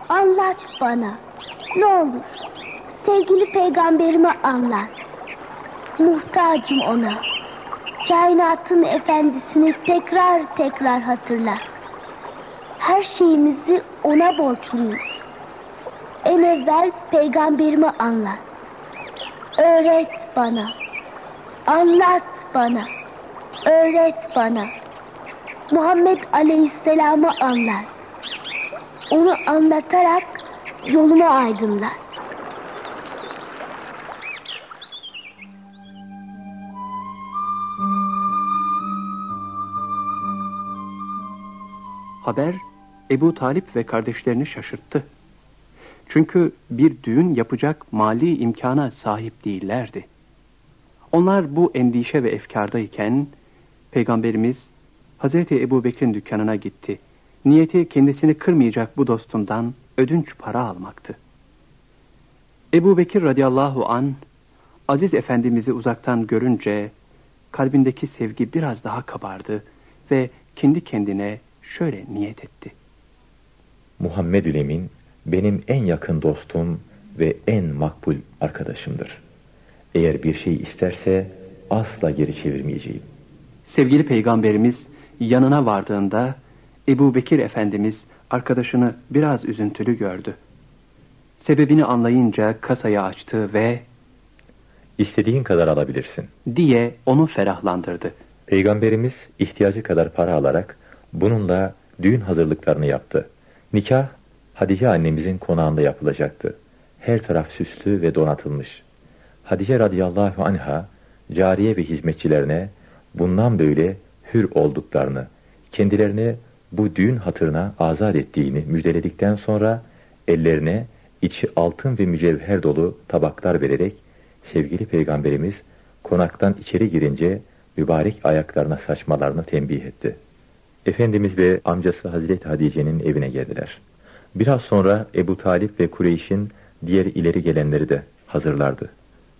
Anlat bana. Ne olur. Sevgili peygamberime anlat. Muhtacım ona. Kainatın efendisini tekrar tekrar hatırlat. Her şeyimizi ona borçluyuz. En evvel peygamberime anlat. Öğret bana. Anlat bana. Öğret bana. Muhammed Aleyhisselam'ı anlat. Onu anlatarak yolumu aydınlat. Haber Ebu Talip ve kardeşlerini şaşırttı. Çünkü bir düğün yapacak mali imkana sahip değillerdi. Onlar bu endişe ve efkardayken Peygamberimiz Hazreti Ebu Bekir'in dükkanına gitti. Niyeti kendisini kırmayacak bu dostundan ödünç para almaktı. Ebu Bekir radıyallahu an Aziz Efendimiz'i uzaktan görünce kalbindeki sevgi biraz daha kabardı ve kendi kendine şöyle niyet etti. Muhammedül Emin benim en yakın dostum ve en makbul arkadaşımdır. Eğer bir şey isterse asla geri çevirmeyeceğim. Sevgili Peygamberimiz yanına vardığında Ebu Bekir Efendimiz arkadaşını biraz üzüntülü gördü. Sebebini anlayınca kasayı açtı ve "İstediğin kadar alabilirsin" diye onu ferahlandırdı. Peygamberimiz ihtiyacı kadar para alarak bununla düğün hazırlıklarını yaptı. Nikah Hatice annemizin konağında yapılacaktı. Her taraf süslü ve donatılmış. Hatice radıyallahu anha cariye ve hizmetçilerine bundan böyle hür olduklarını, kendilerini bu düğün hatırına azat ettiğini müjdeledikten sonra ellerine içi altın ve mücevher dolu tabaklar vererek sevgili Peygamberimiz konaktan içeri girince mübarek ayaklarına saçmalarını tembih etti. Efendimiz ve amcası Hazreti Hatice'nin evine geldiler. Biraz sonra Ebu Talip ve Kureyş'in diğer ileri gelenleri de hazırlardı.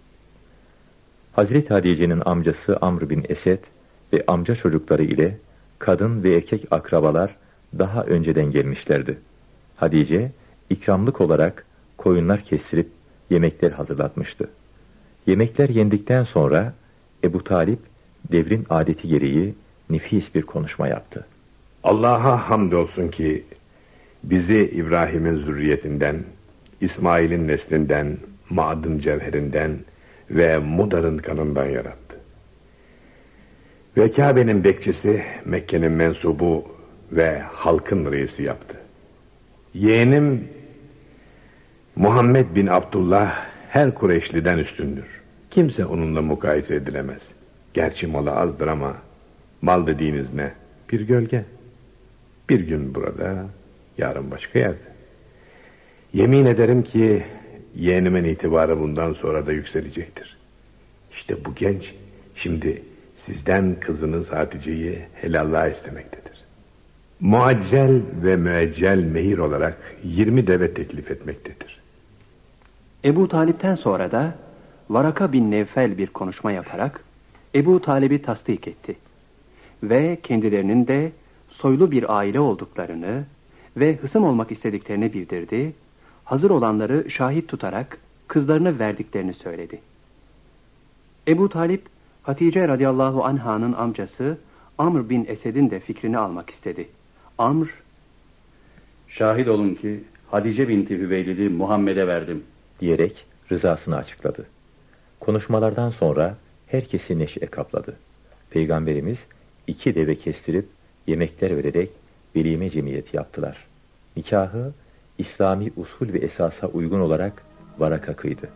Hazreti Hatice'nin amcası Amr bin Esed ve amca çocukları ile kadın ve erkek akrabalar daha önceden gelmişlerdi. Hatice ikramlık olarak koyunlar kestirip yemekler hazırlatmıştı. Yemekler yendikten sonra Ebu Talip devrin adeti gereği nefis bir konuşma yaptı. Allah'a hamdolsun ki bizi İbrahim'in zürriyetinden, İsmail'in neslinden, Ma'd'ın cevherinden ve Mudar'ın kanından yarattı. Ve Kabe'nin bekçisi, Mekke'nin mensubu ve halkın reisi yaptı. Yeğenim Muhammed bin Abdullah her Kureyşliden üstündür. Kimse onunla mukayese edilemez. Gerçi malı azdır ama mal dediğiniz ne? Bir gölge. Bir gün burada, yarın başka yerde. Yemin ederim ki yeğenimin itibarı bundan sonra da yükselecektir. İşte bu genç şimdi sizden kızınız Hatice'yi helallığa istemektedir. Muaccel ve müeccel mehir olarak 20 deve teklif etmektedir. Ebu Talip'ten sonra da Varaka bin Nevfel bir konuşma yaparak Ebu Talib'i tasdik etti. Ve kendilerinin de soylu bir aile olduklarını ve hısım olmak istediklerini bildirdi. Hazır olanları şahit tutarak kızlarını verdiklerini söyledi. Ebu Talip, Hatice radıyallahu anha'nın amcası Amr bin Esed'in de fikrini almak istedi. Amr, "Şahit olun ki Hatice binti Hüveylid'i Muhammed'e verdim" diyerek rızasını açıkladı. Konuşmalardan sonra herkesi neşe kapladı. Peygamberimiz 2 deve kestirip yemekler vererek velime cemiyeti yaptılar. Nikahı İslami usul ve esasa uygun olarak Varaka kıydı.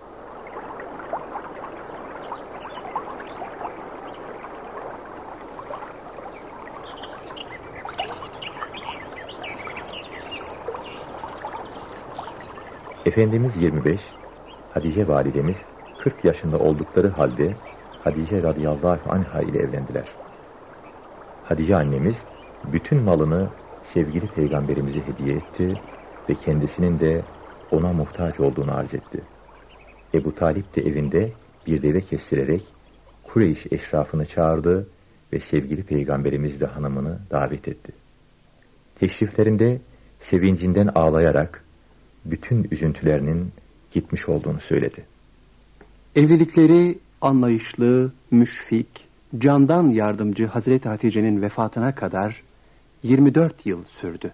Efendimiz 25, Hatice validemiz 40 yaşında oldukları halde Hatice radıyallahu anha ile evlendiler. Hatice annemiz bütün malını sevgili Peygamberimize hediye etti ve kendisinin de ona muhtaç olduğunu arz etti. Ebu Talip de evinde bir deve kestirerek Kureyş eşrafını çağırdı ve sevgili Peygamberimiz de hanımını davet etti. Teşriflerinde sevincinden ağlayarak bütün üzüntülerinin gitmiş olduğunu söyledi. Evlilikleri anlayışlı, müşfik, candan yardımcı Hazreti Hatice'nin vefatına kadar 24 yıl sürdü.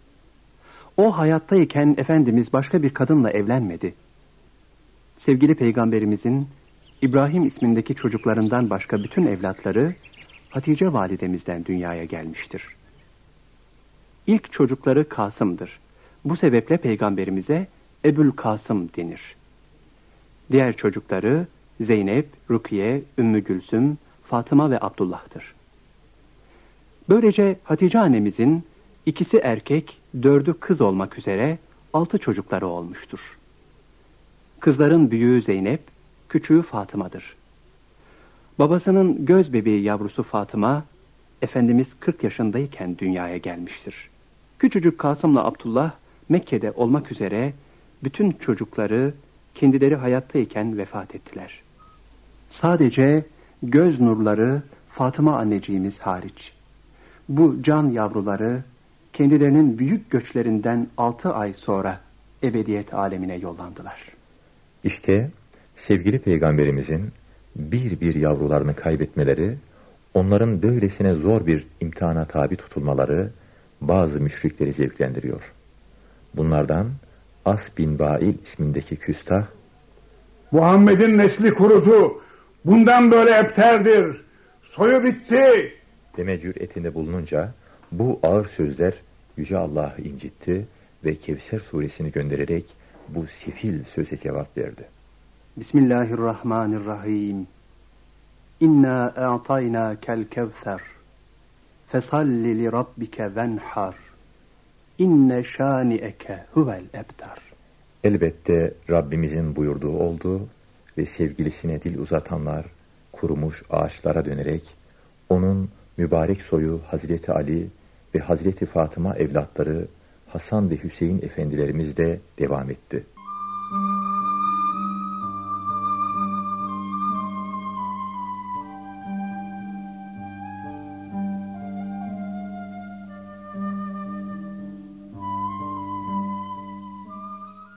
O hayattayken Efendimiz başka bir kadınla evlenmedi. Sevgili Peygamberimizin İbrahim ismindeki çocuklarından başka bütün evlatları Hatice validemizden dünyaya gelmiştir. İlk çocukları Kasım'dır. Bu sebeple Peygamberimize Ebul Kasım denir. Diğer çocukları Zeynep, Rukiye, Ümmü Gülsüm, Fatıma ve Abdullah'tır. Böylece Hatice annemizin 2'si erkek, 4'ü kız olmak üzere 6 çocukları olmuştur. Kızların büyüğü Zeynep, küçüğü Fatıma'dır. Babasının göz bebeği yavrusu Fatıma, Efendimiz 40 yaşındayken dünyaya gelmiştir. Küçücük Kasım'la Abdullah, Mekke'de olmak üzere bütün çocukları kendileri hayattayken vefat ettiler. Sadece göz nurları Fatıma anneciğimiz hariç. Bu can yavruları kendilerinin büyük göçlerinden 6 ay sonra ebediyet alemine yollandılar. İşte sevgili Peygamberimizin bir bir yavrularını kaybetmeleri, onların böylesine zor bir imtihana tabi tutulmaları bazı müşrikleri zevklendiriyor. Bunlardan As bin Bail ismindeki küstah, Muhammed'in nesli kurudu, bundan böyle ebterdir, soyu bitti deme cüretinde bulununca bu ağır sözler Yüce Allah'ı incitti ve Kevser suresini göndererek bu sefil söze cevap verdi. Bismillahirrahmanirrahim. İnna a'taynakel kevser. Fesalli li rabbike venhar. İnne şani'eke huvel ebtar. Elbette Rabbimizin buyurduğu oldu ve sevgilisine dil uzatanlar kurumuş ağaçlara dönerek onun mübarek soyu Hazreti Ali ve Hazreti Fatıma evlatları Hasan ve Hüseyin efendilerimiz de devam etti.